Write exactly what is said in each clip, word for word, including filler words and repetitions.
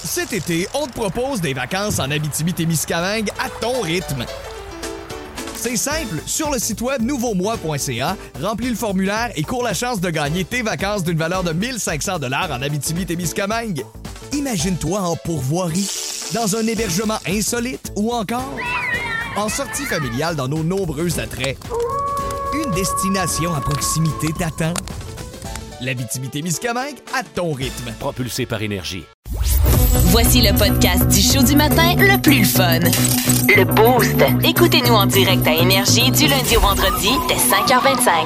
Cet été, on te propose des vacances en Abitibi-Témiscamingue à ton rythme. C'est simple, sur le site web nouveau moi point c a, remplis le formulaire et cours la chance de gagner tes vacances d'une valeur de mille cinq cents dollars en Abitibi-Témiscamingue. Imagine-toi en pourvoirie, dans un hébergement insolite ou encore en sortie familiale dans nos nombreux attraits. Une destination à proximité t'attend. L'Abitibi-Témiscamingue à ton rythme. Propulsé par Énergie. Voici le podcast du show du matin le plus le fun. Le Boost. Écoutez-nous en direct à Énergie du lundi au vendredi dès cinq heures vingt-cinq.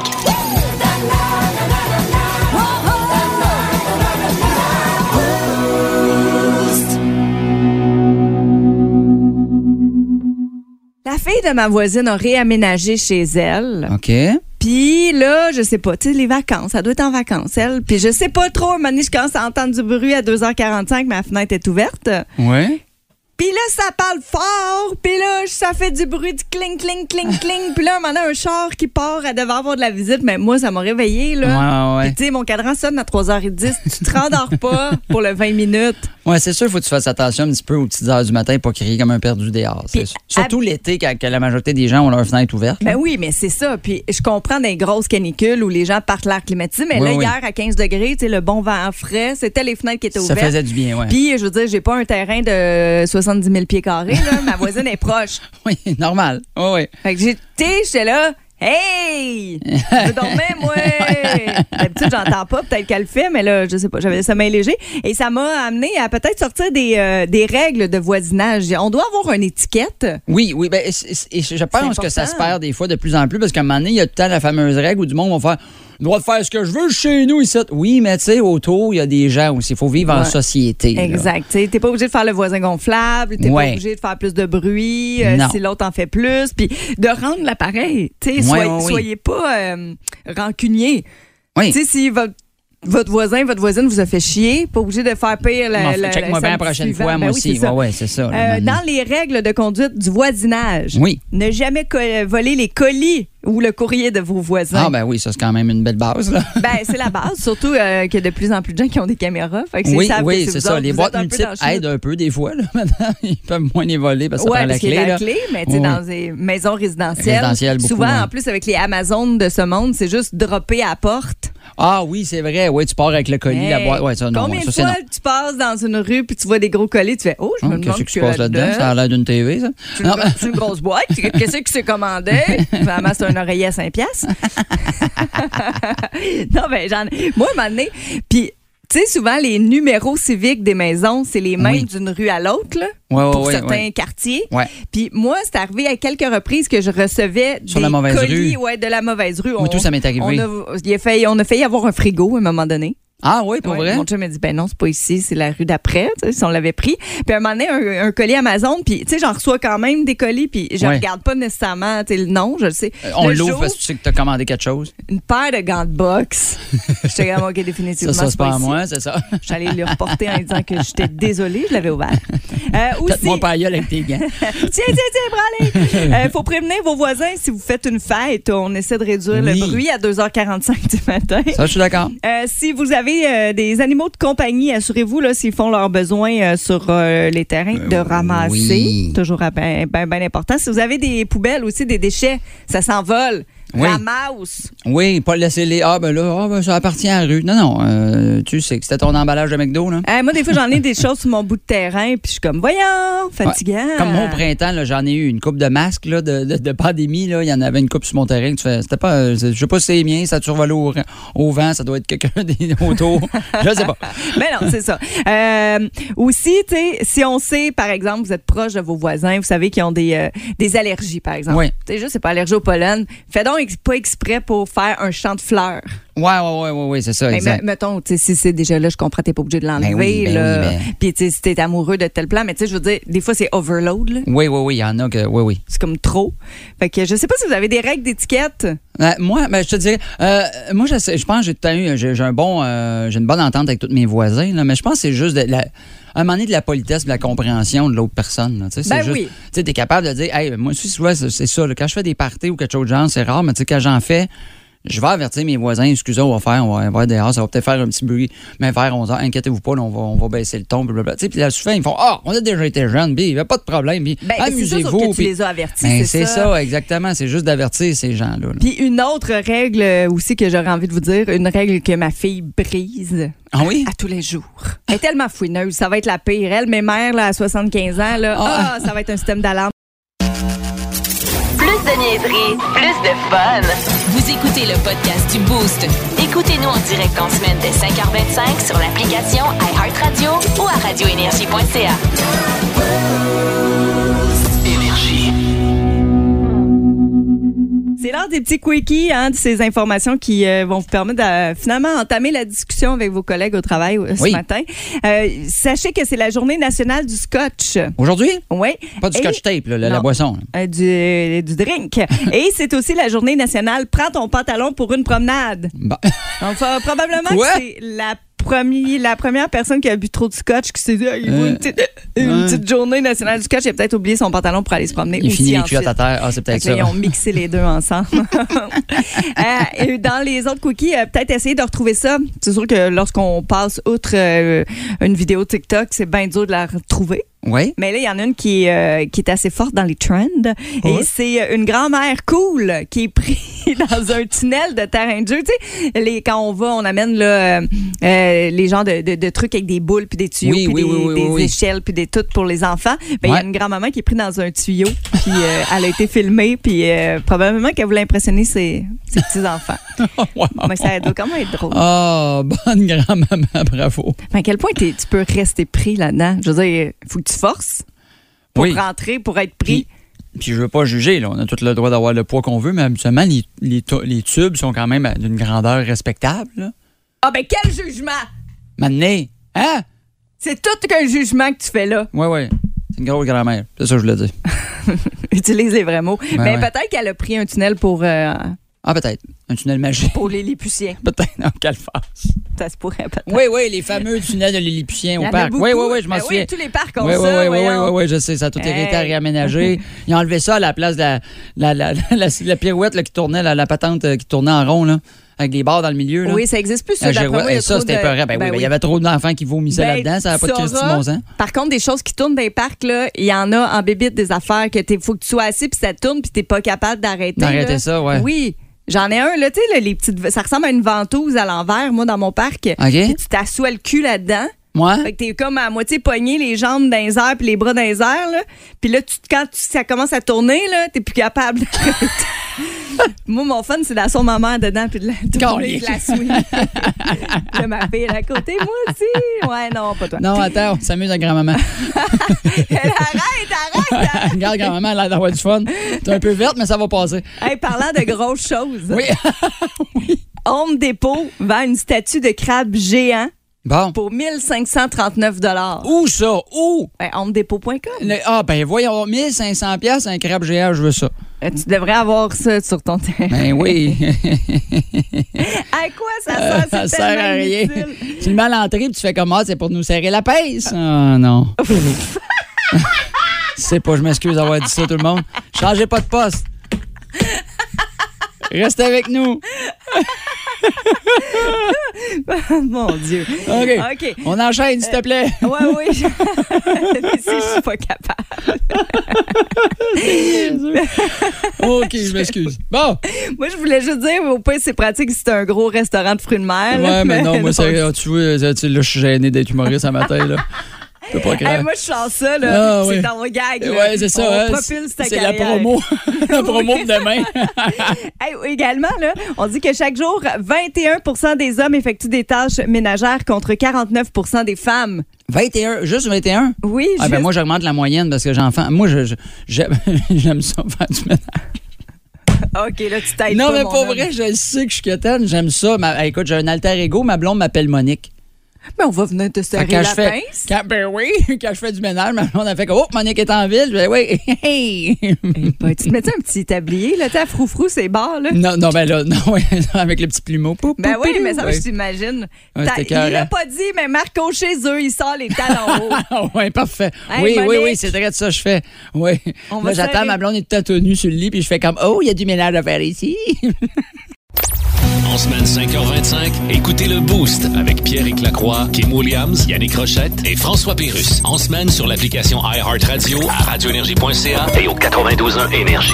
La fille de ma voisine a réaménagé chez elle. OK. Puis là, je sais pas, tu sais, les vacances, elle doit être en vacances, elle. Puis je sais pas trop, un moment donné, je commence à entendre du bruit à deux heures quarante-cinq, ma fenêtre est ouverte. Ouais. Puis là, ça parle fort. Puis là, ça fait du bruit, du cling, cling, cling, cling. Puis là, on a un char qui part, elle devait avoir de la visite. Mais moi, ça m'a réveillée, là. Ouais, ouais, ouais. Puis tu sais, mon cadran sonne à trois heures dix. Tu te rendors pas pour le vingt minutes. Ouais, c'est sûr, il faut que tu fasses attention un petit peu aux petites heures du matin pour crier comme un perdu dehors. Puis, surtout à... l'été, quand, quand la majorité des gens ont leur fenêtre ouverte. Ben oui, mais c'est ça. Puis je comprends des grosses canicules où les gens partent l'air climatisé. Mais oui, là, oui. hier, à quinze degrés, tu sais, le bon vent frais, c'était les fenêtres qui étaient Ça ouvertes. faisait du bien, ouais. Puis, je veux dire, j'ai pas un terrain de soixante-dix mille pieds carrés. Là. Ma voisine est proche. Oui, normal. Oh, oui. Fait que j'étais, j'étais là. Hey! Je dormais, moi! D'habitude, j'entends pas, peut-être qu'elle le fait, mais là, je sais pas, j'avais le sommeil léger. Et ça m'a amené à peut-être sortir des, euh, des règles de voisinage. On doit avoir une étiquette. Oui, oui. Ben, et, et je pense que ça se perd des fois de plus en plus parce qu'à un moment donné, il y a tout le temps la fameuse règle où du monde va faire « Je dois faire ce que je veux chez nous ici. » Oui, mais tu sais, autour, il y a des gens aussi. Il faut vivre ouais. en société. Exact. Tu n'es pas obligé de faire le voisin gonflable. Tu n'es ouais. pas obligé de faire plus de bruit euh, si l'autre en fait plus. Puis de rendre l'appareil. Tu sais, soyez, ouais, ouais, soyez oui. pas euh, rancunier. Oui. Tu sais, si votre Votre voisin, votre voisine vous a fait chier, pas obligé de faire pire la, bon, la, check-moi bien la prochaine suivant. fois, ben moi oui, aussi. C'est ouais, ouais, c'est ça. Euh, dans les règles de conduite du voisinage, oui. ne jamais co- voler les colis ou le courrier de vos voisins. Ah ben oui, ça c'est quand même une belle base. Là. Ben c'est la base, surtout euh, qu'il y a de plus en plus de gens qui ont des caméras. Fait que oui, savent oui, que c'est, c'est ça. Autres, les boîtes multiples aident un peu des fois. Là, maintenant, ils peuvent moins les voler parce que ouais, ça prend la clé. Ouais, la la clé, mais tu sais, oui. dans des maisons résidentielles, Résidentielles, beaucoup, souvent ouais. en plus avec les Amazones de ce monde, c'est juste dropper à la porte. Ah oui, c'est vrai. Oui, tu pars avec le colis, hey, la boîte. Ouais, ça, non, combien ça, de c'est fois non. tu passes dans une rue puis tu vois des gros colis, tu fais « Oh, je me oh, demande qu'est-ce qui se passe là-dedans. là-dedans. Ça a l'air d'une T V, ça. C'est une, c'est une grosse boîte. Qu'est-ce qui s'est commandé? Vraiment, c'est un oreiller à cinq piastres. Non, ben, j'en ai. Moi, à un moment donné, puis, tu sais, souvent, les numéros civiques des maisons, c'est les mêmes oui. d'une rue à l'autre, là, ouais, ouais, pour ouais, certains ouais. quartiers. Ouais. Puis, moi, c'est arrivé à quelques reprises que je recevais Sur des la mauvaise colis rue. Ouais, de la mauvaise rue. Moi, on, tout ça m'est arrivé. On a, il a failli, on a failli avoir un frigo à un moment donné. Ah oui, pour ouais, vrai? Mon chum m'a dit, ben non, c'est pas ici, c'est la rue d'après, tu sais, si on l'avait pris. Puis à un moment donné, un, un colis Amazon, puis tu sais, j'en reçois quand même des colis, puis je ouais. regarde pas nécessairement, tu sais, le nom, je le sais. Euh, on le l'ouvre jour, parce que tu sais que t'as commandé quelque chose. Une paire de gants de boxe. J'étais comme, OK, définitivement, ça, ça, c'est pas, pas à ici. moi, c'est ça. J'allais le reporter en disant que j'étais désolée, je l'avais ouvert. Euh, aussi... Mon pailleul avec tes gants. tiens, tiens, tiens, bralé! Il euh, faut prévenir vos voisins si vous faites une fête. On essaie de réduire oui. le bruit à deux heures quarante-cinq du matin. Ça, je suis d'accord. Euh, si vous avez euh, des animaux de compagnie, assurez-vous là, s'ils font leurs besoins euh, sur euh, les terrains euh, de ramasser. Oui. Toujours bien ben, ben important. Si vous avez des poubelles aussi, des déchets, ça s'envole. Oui. Ramasse. Oui, pas laisser les. Ah, ben là, ah, ben, ça appartient à la rue. Non, non, euh, tu sais que c'était ton emballage de McDo, là. Euh, moi, des fois, j'en ai des choses sur mon bout de terrain, puis je suis comme, voyons, fatigant. Ouais. Comme mon printemps, là, j'en ai eu une coupe de masques là, de, de, de pandémie. Là. Il y en avait une coupe sur mon terrain. Tu fais, c'était pas, je sais pas si c'est les miens, ça a survolé au, au vent, ça doit être quelqu'un des autour. Je sais pas. Mais non, c'est ça. Euh, aussi, tu sais, si on sait, par exemple, vous êtes proche de vos voisins, vous savez qu'ils ont des, euh, des allergies, par exemple. Oui. Tu sais, juste, c'est pas allergie au pollen. Fais donc ex- pas exprès pour faire un champ de fleurs. Ouais, ouais, ouais, ouais, ouais, c'est ça, exact. Mais, mettons, tu sais, si c'est déjà là, je comprends, t'es pas obligé de l'enlever, ben oui, ben là. Oui, ben... Puis, tu sais, si t'es amoureux de tel plan, mais tu sais, je veux dire, des fois, c'est overload, là. Oui, oui, oui, il y en a que, oui, oui. C'est comme trop. Fait que je sais pas si vous avez des règles d'étiquette. Euh, moi, ben, je te dirais, euh, moi, je, je pense que j'ai, tout eu, j'ai, j'ai, un bon, euh, j'ai une bonne entente avec tous mes voisins, là, mais je pense que c'est juste de la, à un moment donné de la politesse et de la compréhension de l'autre personne. Là, c'est ben juste, oui. Tu es capable de dire, hey, moi aussi, souvent, c'est, c'est ça. Là, quand je fais des parties ou quelque chose de genre, c'est rare, mais tu sais, quand j'en fais, je vais avertir mes voisins, excusez, on va faire, on va avoir dehors, ça va peut-être faire un petit bruit, mais vers onze heures, inquiétez-vous pas, là, on, va, on va baisser le ton, blablabla. Puis là, souvent, ils font, ah, oh, on a déjà été jeunes, puis il n'y a pas de problème, puis ben, amusez-vous. C'est ça, que puis... tu les as avertis, ben, c'est, c'est ça. ça, exactement, c'est juste d'avertir ces gens-là. Puis une autre règle aussi que j'aurais envie de vous dire, une règle que ma fille brise. Ah oui? À tous les jours. Elle est tellement fouineuse, ça va être la pire. Elle, mes mères, là, à soixante-quinze ans, là, ah, ça va être un système d'alarme. Plus de niaiserie, plus de fun. Vous écoutez le podcast du Boost. Écoutez-nous en direct en semaine dès cinq heures vingt-cinq sur l'application iHeartRadio ou à radio énergie point c a. Énergie. C'est l'heure des petits quickies, hein, de ces informations qui euh, vont vous permettre de finalement entamer la discussion avec vos collègues au travail euh, ce oui. matin. Euh, sachez que c'est la journée nationale du scotch. Aujourd'hui? Oui. Pas du Et... scotch tape, là, la, la boisson. Euh, du, du drink. Et c'est aussi la journée nationale Prends ton pantalon pour une promenade. Bah. Donc, euh, probablement Quoi? que c'est la Premier, la première personne qui a bu trop de scotch qui s'est dit ah, il euh, une, petite, une ouais. petite journée nationale du scotch, il a peut-être oublié son pantalon pour aller se promener. Il aussi finit les ensuite. culottes à terre. Ah, c'est peut-être ça. Ils ont mixé les deux ensemble. euh, et dans les autres cookies, euh, peut-être essayer de retrouver ça. C'est sûr que lorsqu'on passe outre euh, une vidéo TikTok, c'est bien dur de la retrouver. Oui. Mais là, il y en a une qui, euh, qui est assez forte dans les trends. Oui. Et c'est une grand-mère cool qui est prise dans un tunnel de terrain de jeu. Tu sais, les, quand on va, on amène là, euh, euh, les genres de, de, de trucs avec des boules, puis des tuyaux, oui, puis oui, des, oui, oui, des oui. échelles, puis des tout pour les enfants. Ben, il ouais. y a une grand-maman qui est prise dans un tuyau, puis euh, elle a été filmée, puis euh, probablement qu'elle voulait impressionner ses, ses petits-enfants. Wow. Mais ça doit quand même être drôle. Ah, oh, bonne grand-maman, bravo. Mais à quel point tu peux rester pris là-dedans? Je veux dire, il faut que tu forces. Pour oui. rentrer, pour être pris. Puis, puis je veux pas juger, là. On a tout le droit d'avoir le poids qu'on veut, mais habituellement, les, les, les tubes sont quand même d'une grandeur respectable. Là. Ah, ben quel jugement! Maintenant, hein? C'est tout qu'un jugement que tu fais là. Oui, oui. C'est une grosse grand-mère. C'est ça que je voulais dire. Utilise les vrais mots. Ben mais ouais. peut-être qu'elle a pris un tunnel pour... Euh, ah, peut-être. Un tunnel magique. Pour les Lilliputiens. Peut-être. Non, quelle face. Ça se pourrait peut-être. Oui, oui, les fameux tunnels de Lilliputiens au parc. Oui, oui, oui, je m'en ben souviens. Oui, tous les parcs ont oui, ça. Oui, oui, oui, oui, oui, je sais. Ça a tout hey. été réaménagé. Ils ont enlevé ça à la place de la, la, la, la, la, la pirouette là, qui tournait, la, la patente qui tournait en rond, là, avec des barres dans le milieu. Là. Oui, ça n'existe plus. Ça, ah, moi, et ça, c'était peurant. Ben, ben oui, il oui. y avait trop d'enfants qui vomissaient ben, là-dedans. Ça n'a pas de question de bon sens. Par contre, des choses qui tournent dans les parcs, il y en a en bébite des affaires que il faut que tu sois assis puis ça tourne puis tu n'es pas capable d'arrêter. D'arrêter là. ça, oui. Oui. J'en ai un, là, tu sais, les petites. Ça ressemble à une ventouse à l'envers, moi, dans mon parc. Okay. Puis tu t'assois le cul là-dedans. Ouais. Fait que t'es comme à moitié pogné, les jambes dans les airs puis les bras dans les airs, là. Puis là, tu, quand tu, ça commence à tourner, là, t'es plus capable d'arrêter. Moi, mon fun, c'est d'asseoir ma mère dedans puis de la tourner, de la suivre. Là, ma fille est à côté, moi aussi. Ouais, non, pas toi. Non, attends, on s'amuse avec grand-maman. arrête, arrête, arrête. Regarde, grand-maman, elle a l'air d'avoir du fun. T'es un peu verte, mais ça va passer. Hey, parlant de grosses choses. Oui. oui. Home Depot vend une statue de crabe géant. Bon. Pour mille cinq cent trente-neuf dollars. Où ça? Où? Ben, home depot point com. Ah, ben voyons, mille cinq cents dollars un crabe géant, je veux ça. Euh, tu devrais avoir ça sur ton terrain. Ben oui. À quoi ça sert? C'est ça sert à rien. Inutile. Tu le mets à l'entrée et tu fais comme ah, c'est pour nous serrer la pèse. Ah, non. C'est pas, je m'excuse d'avoir dit ça, tout le monde. Changez pas de poste. Reste avec nous. Mon Dieu. OK. OK. On enchaîne, s'il te plaît. Euh, oui, oui. Si je suis pas capable. OK, je m'excuse. Bon. Moi, je voulais juste dire, au point, c'est pratique si c'est un gros restaurant de fruits de mer. Ouais, là, mais, mais non, moi, non. ça, tu vois, là, je suis gêné d'être humoriste ce matin, là. Pas hey, moi, je sens ça, là. Ah, c'est oui. Dans mon gag. Là. Ouais, c'est ça. On hein, propulse ta c'est carrière. la promo. la promo de demain. Hey, également, là, on dit que chaque jour, vingt et un pour cent des hommes effectuent des tâches ménagères contre quarante-neuf pour cent des femmes. vingt et un, juste vingt et un? Oui, ah, juste... ben moi, j'augmente la moyenne parce que j'en fais. Moi, je, je, j'aime, j'aime ça faire du ménage. OK, là, tu t'aides Non, pas, mais mon pour homme. vrai, je sais que je suis quétaine. J'aime ça. Ma, écoute, j'ai un alter ego. Ma blonde m'appelle Monique. Mais on va venir te serrer quand la je fais, pince. Quand, ben oui, quand je fais du ménage, ma blonde a fait comme, oh, Monique est en ville. Ben oui. Hey. Ben, tu te mets un petit tablier, là, tu sais, froufrou, c'est barres, là. Non, non, ben là, non, avec le petit plumeau. Pou, pou, ben oui, pou, mais ça, ouais. je t'imagine. Ouais, il l'a pas dit, mais Marco chez eux, il sort les talons hauts. Oui, parfait. Hey, oui, Monique. oui, oui, c'est vrai de ça que je fais. Oui. On là, j'attends, serrer. ma blonde est toute tenue sur le lit, puis je fais comme, oh, il y a du ménage à faire ici. En semaine cinq heures vingt-cinq, écoutez le Boost avec Pierre-Éric Lacroix, Kim Williams, Yannick Rochette et François Pérusse. En semaine sur l'application iHeartRadio, à radio énergie point c a et au quatre-vingt-douze un Énergie.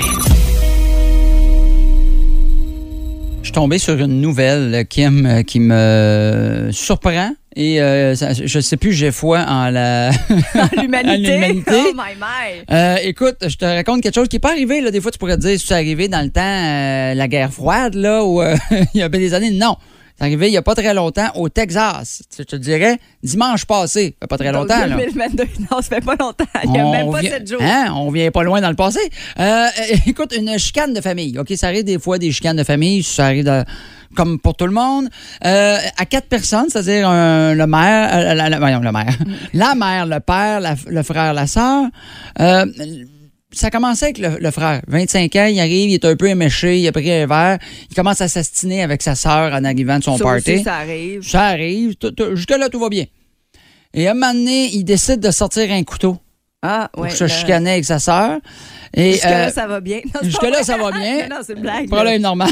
Je suis tombé sur une nouvelle, Kim, qui me surprend. Et euh, ça, je sais plus, j'ai foi en la en l'humanité. en l'humanité. Oh my my. Euh, écoute, je te raconte quelque chose qui n'est pas arrivé. Là. Des fois, tu pourrais te dire, si c'est arrivé dans le temps, euh, la guerre froide, là, ou euh, il y a des années. Non. C'est arrivé il n'y a pas très longtemps au Texas. Je te dirais, dimanche passé. Ça fait pas très Donc, longtemps. deux mille vingt-deux, là. Non, ça fait pas longtemps. Il n'y a On même pas vient, sept jours. Hein? On vient pas loin dans le passé. Euh, écoute, une chicane de famille. OK, ça arrive des fois des chicanes de famille. Ça arrive de... comme pour tout le monde, euh, à quatre personnes, c'est-à-dire euh, le maire, euh, la, la, voyons, le maire, la mère, le père, la, le frère, la sœur. Euh, ça commençait avec le, le frère. vingt-cinq ans, il arrive, il est un peu éméché, il a pris un verre, il commence à s'astiner avec sa sœur en arrivant de son ça party. Aussi, ça arrive. Ça arrive. Tout, tout, jusque-là, tout va bien. Et à un moment donné, il décide de sortir un couteau. Ah, pour ouais, se là... chicaner avec sa sœur. Et, jusque-là, euh, ça va bien. Non, jusque-là, ça va bien. non, non, c'est une blague. Problème normal.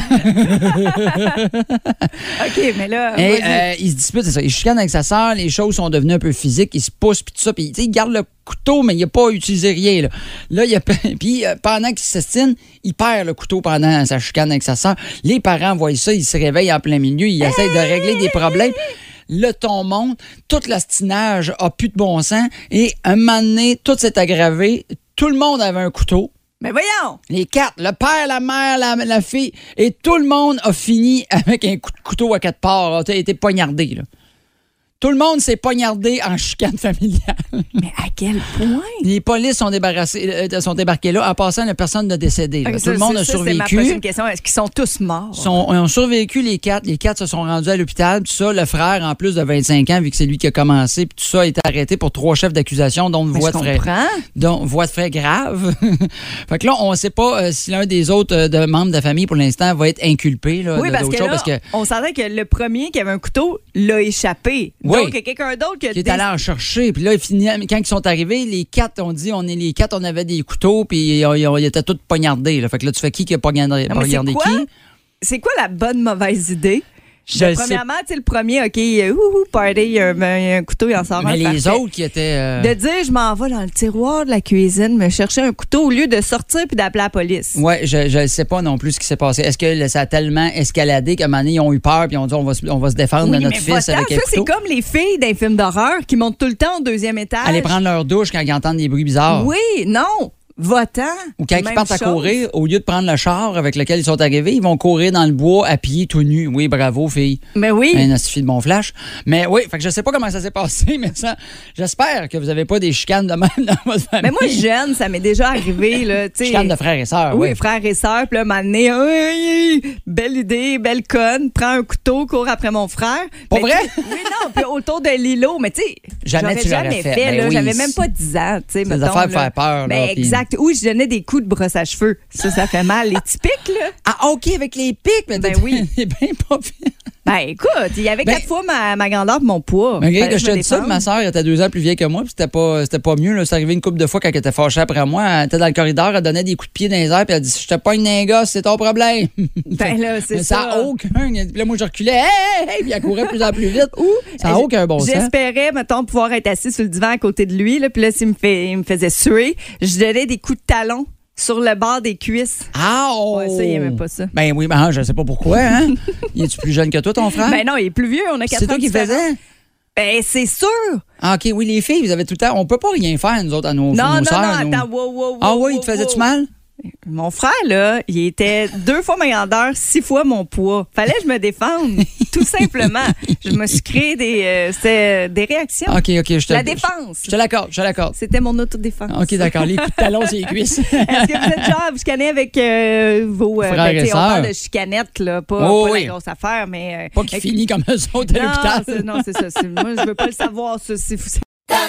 OK, mais là. Et euh, il se dispute, c'est ça. Il chicane avec sa sœur, les choses sont devenues un peu physiques, il se pousse, puis tout ça. Puis, il garde le couteau, mais il n'a pas utilisé rien. Là, là il a... Puis, euh, pendant qu'il s'estime, il perd le couteau pendant sa chicane avec sa sœur. Les parents voient ça, ils se réveillent en plein milieu, ils essayent de régler des problèmes. Le ton monte, tout l'astinage a plus de bon sens. Et un moment donné, tout s'est aggravé. Tout le monde avait un couteau. Mais voyons! Les quatre, le père, la mère, la, la fille. Et tout le monde a fini avec un coup de couteau à quatre parts. A été poignardé, là. Tout le monde s'est poignardé en chicane familiale. Mais à quel point? Les polices sont, débarrassés, euh, sont débarqués là. En passant, la personne n'a décédé. Okay, tout ça, le monde a ça, survécu. C'est ma prochaine question. Est-ce qu'ils sont tous morts? Sont, ils ont survécu, les quatre. Les quatre se sont rendus à l'hôpital. Tout ça, le frère, en plus de vingt-cinq ans, vu que c'est lui qui a commencé, puis tout ça, a été arrêté pour trois chefs d'accusation, dont une voie de frais. Dont voie de frais grave. Fait que là, on ne sait pas euh, si l'un des autres euh, de membres de la famille, pour l'instant, va être inculpé. Là, oui, de, parce, que là, parce que on sentait que le premier qui avait un couteau l'a échappé. Oui. Donc, il y a quelqu'un d'autre qui, qui est allé en chercher. Puis là, quand ils sont arrivés, les quatre, on dit, on est les quatre, on avait des couteaux, puis ils, ils, ils étaient tous poignardés. Là. Fait que là, tu fais qui qui a poignardé, non, poignardé c'est qui? C'est quoi la bonne mauvaise idée? Je ben, premièrement, tu sais, le premier, OK, euh, ouhou, party, il y a un, il y a un couteau, il en sort Mais un. les parfait. autres qui étaient... Euh... De dire, je m'en vais dans le tiroir de la cuisine, me chercher un couteau au lieu de sortir puis d'appeler la police. Oui, je ne sais pas non plus ce qui s'est passé. Est-ce que ça a tellement escaladé qu'à un moment donné, ils ont eu peur puis ils ont dit, on va, on va se défendre oui, de notre mais fils va-t'en, avec un ça, couteau? c'est comme les filles d'un film d'horreur qui montent tout le temps au deuxième étage. Aller prendre leur douche quand ils entendent des bruits bizarres. Oui, non. Va-t'en. Ou quand ils partent à courir, au lieu de prendre le char avec lequel ils sont arrivés, ils vont courir dans le bois à pied tout nu. Oui, bravo, fille. Mais oui. Un astifi de bon flash. Mais oui, fait que je sais pas comment ça s'est passé, mais ça, j'espère que vous n'avez pas des chicanes de même dans votre famille. Mais moi, jeune, ça m'est déjà arrivé. Là, chicanes de frères et sœurs, oui. Oui, frères et sœurs. Puis là, un moment donné, oui, belle idée, belle conne. Prends un couteau, cours après mon frère. Pas vrai? Oui, non. Puis autour de l'îlot. Mais tu sais, jamais tu l'aurais jamais fait. fait Ben là, oui, j'avais même pas dix ans. C'est des affaires de faire peur. Ben, là, exact. Oui, je donnais des coups de brosse à cheveux. Ça, ça fait mal. Les petits pics, là. Ah, OK, avec les pics. Mais ben oui. C'est bien pas pire. Ben écoute, il y avait ben, quatre fois ma, ma grandeur et mon poids. Malgré que je te dis ça, ma soeur était deux ans plus vieille que moi, puis c'était pas, c'était pas mieux. Là. C'est arrivé une couple de fois quand elle était fâchée après moi. Elle était dans le corridor, elle donnait des coups de pied dans les airs, puis elle dit « Je te pogne d'un gosse, c'est ton problème. » Ben là, c'est ça. Ça n'a aucun. Puis là, moi, je reculais, hey, hey, hey, puis elle courait de plus en plus vite. Ou, ça n'a aucun bon sens. J'espérais, mettons, pouvoir être assis sur le divan à côté de lui, là, puis là, s'il me, fait, il me faisait suer, je donnais des coups de talon sur le bord des cuisses. Ah, oh! Ouais, ça, il n'aimait pas ça. Ben oui, ben je sais pas pourquoi, hein? Il est-tu plus jeune que toi, ton frère? Ben non, il est plus vieux, on a quatre ans. C'est toi qui faisais? Ben, c'est sûr! Ah, OK, oui, les filles, vous avez tout le temps. On peut pas rien faire, nous autres, à nos, non, nos non, sœurs. Non, non, nos... attends, wow, wow, wow. Ah oui, wow, il te faisait-tu wow. mal? Mon frère, là, il était deux fois ma grandeur, six fois mon poids. Fallait que je me défende, tout simplement. Je me suis créé des, euh, c'était des réactions. OK, OK. Je te, La défense. Je te l'accorde, je te l'accorde. C'était mon autodéfense. OK, d'accord. Les coups de talon, c'est les cuisses. Est-ce que vous êtes genre à vous chicaner avec euh, vos... Euh, frères ben, et on parle sœurs. de chicanettes, là, pas, Oh, pas oui. la grosse affaire, mais... Euh, Pas qu'il avec... finit comme eux autres à non, l'hôpital. c'est, non, c'est ça. C'est, moi, je veux pas le savoir, ça. C'est, c'est...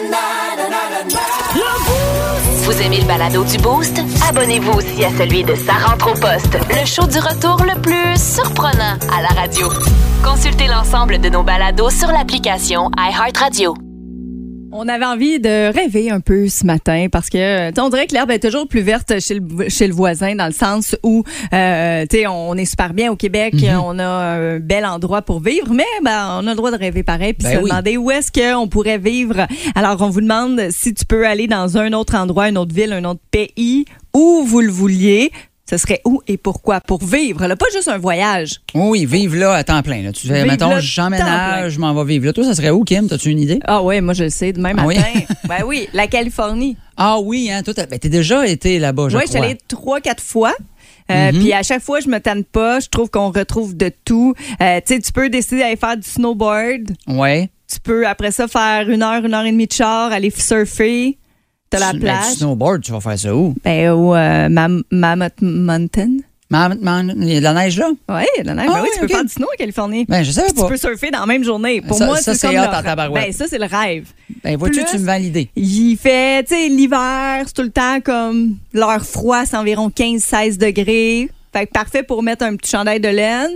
Vous aimez le balado du Boost? Abonnez-vous aussi à celui de Sa rentre au poste, le show du retour le plus surprenant à la radio. Consultez l'ensemble de nos balados sur l'application iHeartRadio. On avait envie de rêver un peu ce matin parce que on dirait que l'herbe est toujours plus verte chez le, chez le voisin dans le sens où euh, on est super bien au Québec, mm-hmm. on a un bel endroit pour vivre, mais ben, on a le droit de rêver pareil puis ben se oui. demander où est-ce qu'on pourrait vivre. Alors, on vous demande si tu peux aller dans un autre endroit, une autre ville, un autre pays, où vous le vouliez. Ce serait où et pourquoi? Pour vivre, là, pas juste un voyage. Oui, vivre là à temps plein. Là. Tu fais, mettons, j'emménage, je m'en vais vivre là. Toi, ça serait où, Kim? T'as-tu une idée? Ah oui, moi, je le sais, demain matin. Ah oui? Ben oui, la Californie. Ah oui, hein? Toi, t'as, ben, t'es déjà été là-bas, je oui, crois. Oui, je suis allée trois, quatre fois. Euh, mm-hmm. Puis à chaque fois, je me tanne pas. Je trouve qu'on retrouve de tout. Euh, tu sais, tu peux décider d'aller faire du snowboard. Oui. Tu peux, après ça, faire une heure, une heure et demie de char, aller surfer. T'as la plage. Ben, du snowboard, tu vas faire ça où? Ben, au euh, Mam- Mammoth Mountain. Mammoth Mountain? Il y a de la neige là? Oui, il y a de la neige. Ah, ben oui, tu okay. peux faire du snow en Californie. Ben, je savais pas. Tu peux surfer dans la même journée. Pour ça, moi, ça, c'est, c'est comme hot en tabarouette. Ben, ça, c'est le rêve. Ben, vois-tu, tu me vends l'idée. Il fait, tu sais, l'hiver, c'est tout le temps comme l'heure froid, c'est environ quinze à seize degrés. Fait que parfait pour mettre un petit chandail de laine.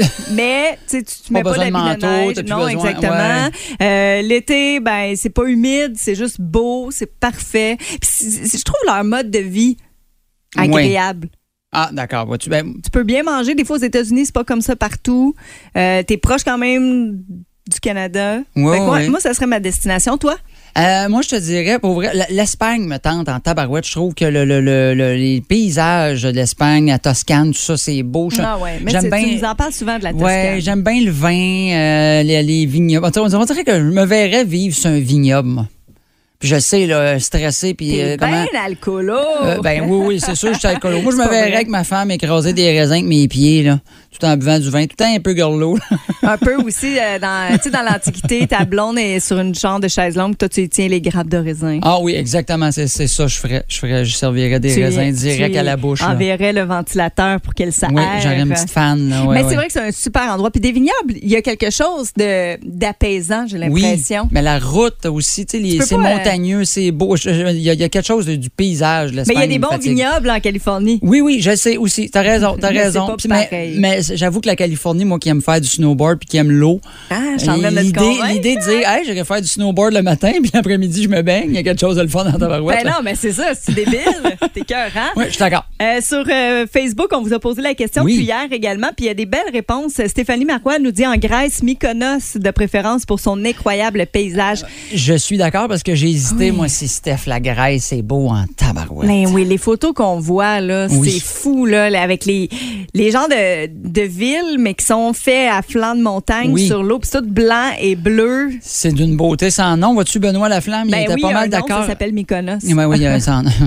Mais tu tu mets pas, pas d'habit de, manteau, de neige. Non, besoin, exactement. Ouais. Euh, l'été, ben c'est pas humide, c'est juste beau, c'est parfait. Puis je trouve leur mode de vie agréable. Ouais. Ah, d'accord. Vois-tu, ben... Tu peux bien manger. Des fois, aux États-Unis, c'est pas comme ça partout. Euh, t'es proche quand même du Canada. Ouais, fait que moi, ouais. moi, ça serait ma destination. Toi? Euh, moi, je te dirais, pour vrai, l'Espagne me tente en tabarouette. Je trouve que le, le, le, le, les paysages de l'Espagne, la Toscane, tout ça, c'est beau. Je, ah ouais, mais j'aime bien, tu nous en parles souvent de la Toscane. Ouais, j'aime bien le vin, euh, les, les vignobles. On dirait que je me verrais vivre sur un vignoble, moi. Puis je sais, là, stressé. Puis T'es euh, comment... bien alcoolo. Euh, ben oui, oui, c'est sûr, je suis alcoolo. Moi, je me verrais avec ma femme écraser des raisins avec mes pieds, là, tout en buvant du vin, tout le temps un peu gorlot. Un peu aussi, euh, dans, tu sais, dans l'Antiquité, ta blonde est sur une chambre de chaise longue, toi, tu y tiens les grappes de raisin. Ah oui, exactement, c'est, c'est ça, je ferais. Je ferais, je servirais des tu raisins direct à la bouche. Enverrais le ventilateur pour qu'elle s'aère. Oui, j'aurais une petite fan. Là, ouais, mais ouais. c'est vrai que c'est un super endroit. Puis des vignobles, il y a quelque chose de, d'apaisant, j'ai l'impression. Oui, mais la route aussi, tu sais, les, c'est pas, montagneux, euh... c'est beau. Il y, y a quelque chose de, du paysage. Mais il y a des bons fatigue. vignobles en Californie. Oui, oui, je sais aussi. T'as raison, t'as mais raison. C'est pas mais, mais j'avoue que la Californie, moi qui aime faire du snowboard puis qui aime l'eau, ah, je suis en train de l'idée, te l'idée de dire, hey, j'irais faire du snowboard le matin puis l'après-midi, je me baigne, il y a quelque chose de le fun dans ta barouette. Ben non, mais c'est ça, c'est débile. T'es cœur, hein? Oui, je suis d'accord. Euh, sur euh, Facebook, on vous a posé la question oui. depuis hier également, puis il y a des belles réponses. Stéphanie Marois nous dit en Grèce, Mykonos, de préférence pour son incroyable paysage. Je suis d'accord parce que j'ai hésité, oui. moi, si Steph, la Grèce, c'est beau en tabarouette. Ben oui, les photos qu'on voit, là, oui. c'est fou, là, avec les, les gens de, de villes, mais qui sont faits à flanc de montagne oui. sur l'eau, puis tout blanc et bleu. C'est d'une beauté sans nom. Vois-tu Benoît Laflamme? Ben il était oui, pas mal un d'accord. Nom, ça s'appelle Mykonos. Oui, oui, il y a un sans nom.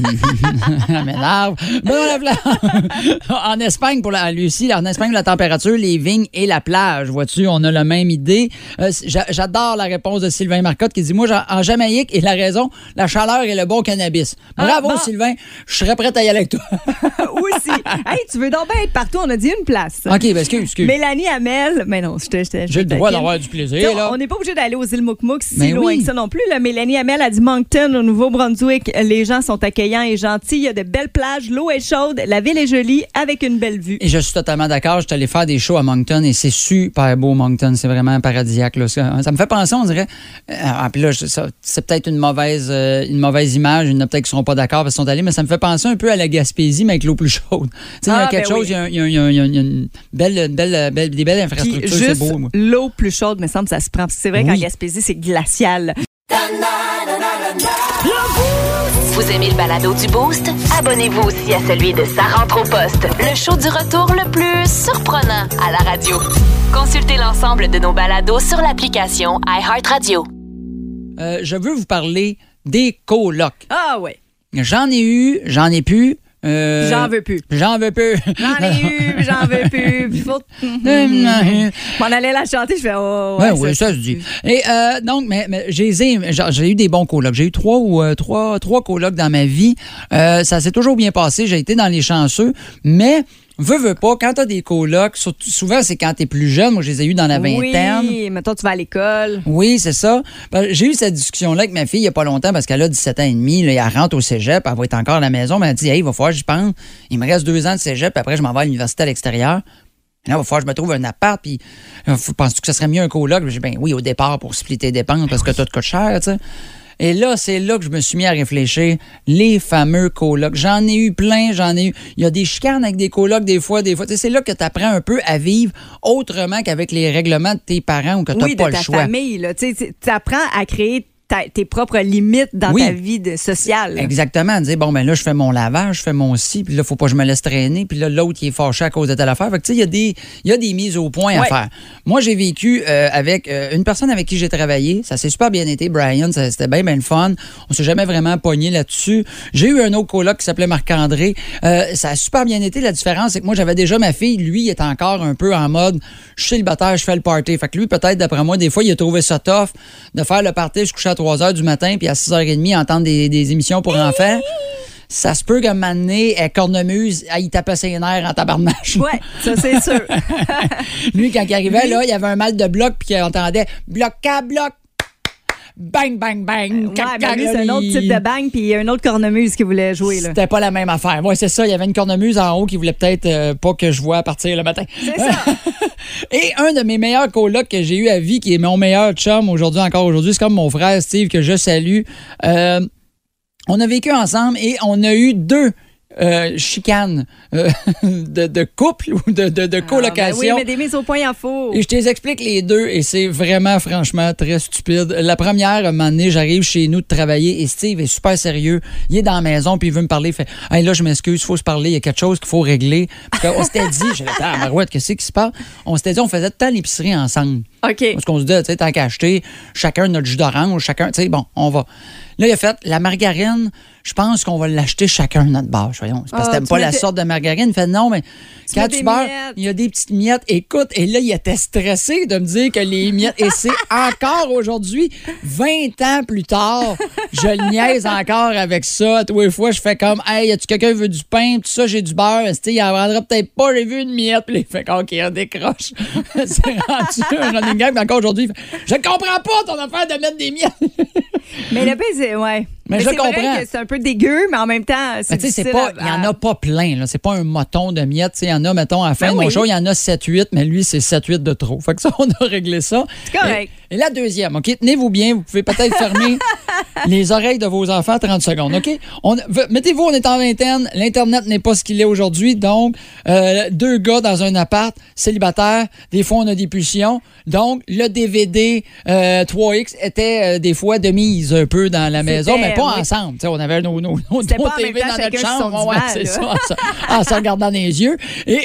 Ça m'énerve. Benoît Laflamme. En Espagne, pour la Lucie, en Espagne, la température, les vignes et la plage. Vois-tu, on a la même idée. Euh, j'adore la réponse de Sylvain Marcotte qui dit, moi, en Jamaïque, et la raison, la chaleur et le bon cannabis. Bravo, ah, bon. Sylvain. Je serais prête à y aller avec toi. Aussi. Hey, tu veux donc bien être partout. On a dit une place. OK, ben excuse, excuse. Mélanie Hamel. Mais non, je te, je te, J'ai le droit d'avoir du plaisir, là. On n'est pas obligé d'aller aux îles Moukmouk si mais loin oui. que ça non plus. Là. Mélanie Hamel a dit Moncton, au Nouveau-Brunswick. Les gens sont accueillants et gentils. Il y a de belles plages. L'eau est chaude. La ville est jolie avec une belle vue. Et je suis totalement d'accord. Je suis allé faire des shows à Moncton et c'est super beau, Moncton. C'est vraiment paradisiaque, là. Ça, ça me fait penser, on dirait. Ah, puis là, ça, c'est peut-être une mauvaise, euh, une mauvaise image. Il y en a peut-être qui ne seront pas d'accord parce qu'ils sont allés, mais ça me fait penser un peu à la Gaspésie, mais avec l'eau plus chaude. Il ah, y a quelque ben chose, il oui. y, y, y, y a une belle, belle, belle, des belles infrastructures. Puis juste c'est beau. Moi. L'eau plus chaude, me semble, ça se prend. Parce que c'est vrai oui. qu'en Gaspésie, c'est glacial. Vous aimez le balado du Boost? Abonnez-vous aussi à celui de Sa rentre au poste, le show du retour le plus surprenant à la radio. Consultez l'ensemble de nos balados sur l'application iHeartRadio. Euh, je veux vous parler des colocs. Ah ouais. J'en ai eu, j'en ai plus. Euh, j'en veux plus. J'en veux plus. J'en ai eu, j'en veux plus. Puis faut... m'en allait la chanter, je fais oh ouais. ouais oui, ça se dit. Et euh, donc, mais, mais j'ai, j'ai eu des bons colocs. J'ai eu trois ou euh, trois, trois colocs dans ma vie. Euh, ça s'est toujours bien passé. J'ai été dans les chanceux, mais veux, veux pas, quand t'as des colocs, souvent c'est quand t'es plus jeune. Moi, je les ai eus dans la vingtaine. Oui, mettons, tu vas à l'école. Oui, c'est ça. J'ai eu cette discussion-là avec ma fille il n'y a pas longtemps parce qu'elle a dix-sept ans et demi. Là, elle rentre au cégep, elle va être encore à la maison. Mais elle dit, hey, il va falloir que j'y pense. Il me reste deux ans de cégep, puis après, je m'en vais à l'université à l'extérieur. Là, il va falloir que je me trouve un appart, puis penses-tu que ça serait mieux un coloc? J'ai dit, ben oui, au départ, pour splitter des dépenses, parce que tout coûte cher, tu sais. Et là, c'est là que je me suis mis à réfléchir. Les fameux colocs. J'en ai eu plein, j'en ai eu. Il y a des chicanes avec des colocs des fois, des fois. Tu sais, c'est là que tu apprends un peu à vivre autrement qu'avec les règlements de tes parents ou que tu n'as oui, pas de ta le choix. Famille, là. Tu apprends à créer Ta, tes propres limites dans oui. ta vie de, sociale. Là. Exactement. Dire, bon, ben là, je fais mon lavage, je fais mon ci, puis là, faut pas que je me laisse traîner, puis là, l'autre, il est fâché à cause de telle affaire. Fait que, tu sais, il y a des, il y a des mises au point ouais. à faire. Moi, j'ai vécu euh, avec euh, une personne avec qui j'ai travaillé. Ça s'est super bien été, Brian. Ça, c'était bien, bien le fun. On s'est jamais vraiment pogné là-dessus. J'ai eu un autre coloc qui s'appelait Marc-André. Euh, ça a super bien été. La différence, c'est que moi, j'avais déjà ma fille. Lui, il est encore un peu en mode, je suis célibataire, je fais le party. Fait que lui, peut-être, d'après moi, des fois, il a trouvé ça tough de faire le party. Je couchais à trois heures du matin, puis à six heures trente, entendre des, des émissions pour enfants. Ça se peut qu'à un moment donné, cornemuse, il tapait ses nerfs en tabarnache. Oui, ça c'est sûr. Lui, quand il arrivait, là, il y avait un mal de bloc, puis il entendait bloc à bloc. Bang, bang, bang. Ouais, ben lui, c'est un autre type de bang, puis il y a une autre cornemuse qui voulait jouer. Là. C'était pas la même affaire. Oui, c'est ça. Il y avait une cornemuse en haut qui voulait peut-être euh, pas que je vois partir le matin. C'est ça. Et un de mes meilleurs colocs que j'ai eu à vie, qui est mon meilleur chum aujourd'hui, encore aujourd'hui, c'est comme mon frère Steve, que je salue. Euh, on a vécu ensemble et on a eu deux Euh, chicane euh, de, de couple ou de, de, de colocation. Ah, ben oui, mais des mises au point en faux. Et je te les explique les deux et c'est vraiment, franchement, très stupide. La première, à un moment donné, j'arrive chez nous de travailler et Steve est super sérieux. Il est dans la maison puis il veut me parler. Il fait « Hey, là, je m'excuse, il faut se parler. Il y a quelque chose qu'il faut régler. » Parce qu'on s'était dit, j'ai dit « Ah, Marouette, qu'est-ce qui se passe? » On s'était dit, on faisait tout le temps l'épicerie ensemble. OK. Parce qu'on se dit, tu sais, tant qu'à acheter, chacun notre jus d'orange, chacun, tu sais, bon, on va. Là, il a fait la margarine, je pense qu'on va l'acheter chacun de notre bâche. Voyons. C'est parce que oh, t'aimes pas la des... sorte de margarine. Il fait non, mais tu quand tu beurres, il y a des petites miettes. Écoute, et là, il était stressé de me dire que les miettes, et c'est encore aujourd'hui, vingt ans plus tard, je le niaise encore avec ça. Tous les fois, je fais comme, hey, y a-tu quelqu'un qui veut du pain? Tout ça, j'ai du beurre. Tu sais, il en vendra peut-être pas, j'ai vu une miette. Puis il fait, OK, on décroche. C'est rendu un running gag. Encore aujourd'hui, je comprends pas ton affaire de mettre des miettes. Mais le pire, c'est, ouais. Mais, mais je c'est comprends. Vrai que c'est un peu dégueu, mais en même temps, c'est difficile. Il n'y en a pas plein. Là. C'est pas un moton de miettes. Il y en a, mettons, à la fin ben de oui. mon show, il y en a sept huit, mais lui, c'est sept huit de trop. Fait que ça, on a réglé ça. C'est correct. Et, et la deuxième, OK? Tenez-vous bien. Vous pouvez peut-être fermer les oreilles de vos enfants trente secondes, OK? On, mettez-vous, on est en vingtaine. L'Internet n'est pas ce qu'il est aujourd'hui. Donc, euh, deux gars dans un appart, célibataire. Des fois, on a des pulsions. Donc, le D V D euh, trois X était euh, des fois de mise un peu dans la maison, mais pas oui. ensemble. T'sais, on avait nos, nos, nos, nos T V dans notre chambre. Ouais, c'est ça, en se regardant dans les yeux. Et,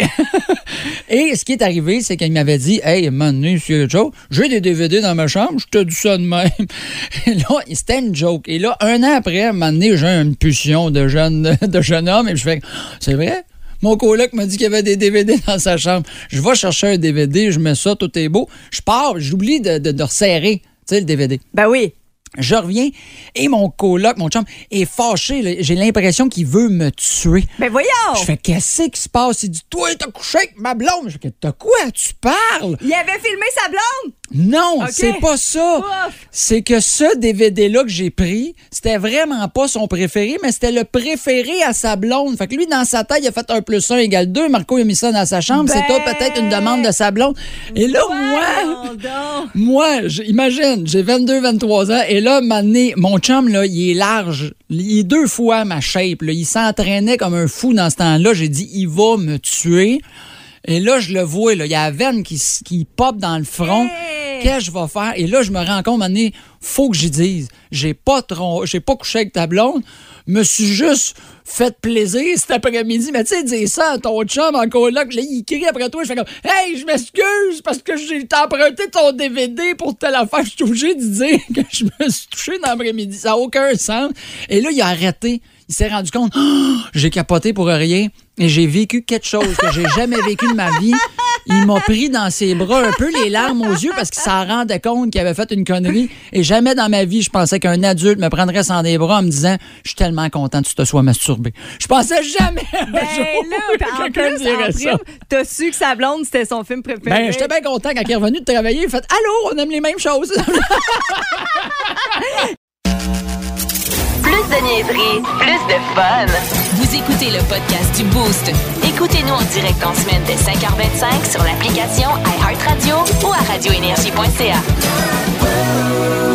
et ce qui est arrivé, c'est qu'il m'avait dit, hey, man, monsieur Joe, j'ai des D V D dans ma chambre, je te dis ça de même. Et là, c'était une joke. Et là, un an après, à un moment donné, j'ai une pulsion de jeune, de jeune homme et je fais, c'est vrai? Mon coloc m'a dit qu'il y avait des D V D dans sa chambre. Je vais chercher un D V D, je mets ça, tout est beau. Je pars, j'oublie de, de, de resserrer, tu sais, le D V D. Ben oui. Je reviens et mon coloc, mon chum, est fâché. Là. J'ai l'impression qu'il veut me tuer. Ben voyons! Je fais, qu'est-ce qui se passe? Il dit, toi, t'as couché avec ma blonde. Je fais, t'as quoi? Tu parles? Il avait filmé sa blonde? Non, okay. c'est pas ça. Ouf. C'est que ce D V D-là que j'ai pris, c'était vraiment pas son préféré, mais c'était le préféré à sa blonde. Fait que lui, dans sa tête, il a fait un plus un égale deux. Marco, il a mis ça dans sa chambre. Ben... C'est peut-être une demande de sa blonde. Et là, wow, moi, donc. moi, imagine, j'ai vingt-deux, vingt-trois ans, et là, mané, mon chum, là, il est large. Il est deux fois ma shape. Là. Il s'entraînait comme un fou dans ce temps-là. J'ai dit, il va me tuer. Et là, je le vois, là, il y a la veine qui, qui pop dans le front. Hey. Qu'est-ce que je vais faire? Et là, je me rends compte, il faut que j'y dise. J'ai pas, tron... j'ai pas couché avec ta blonde. Me suis juste fait plaisir cet après-midi. Mais tu sais, dire ça à ton chum en coloc, là, il crie après toi. Je fais comme, hey, je m'excuse parce que j'ai emprunté ton D V D pour telle affaire. Je suis obligé de dire que je me suis touché dans l'après-midi. Ça n'a aucun sens. Et là, il a arrêté. Il s'est rendu compte, oh, j'ai capoté pour rien et j'ai vécu quelque chose que j'ai jamais vécu de ma vie. Il m'a pris dans ses bras un peu les larmes aux yeux parce qu'il s'en rendait compte qu'il avait fait une connerie. Et jamais dans ma vie, je pensais qu'un adulte me prendrait sans des bras en me disant, je suis tellement content que tu te sois masturbé. Je pensais jamais un ben jour là, que quelqu'un dirait ça. T'as su que sa blonde, c'était son film préféré. Ben, j'étais bien content quand il est revenu de travailler. Il fait, allô, on aime les mêmes choses. Plus de niaiserie, plus de fun. Vous écoutez le podcast du Boost. Écoutez Écoutez-nous en direct en semaine dès cinq heures vingt-cinq sur l'application iHeartRadio ou à radio énergie point c a.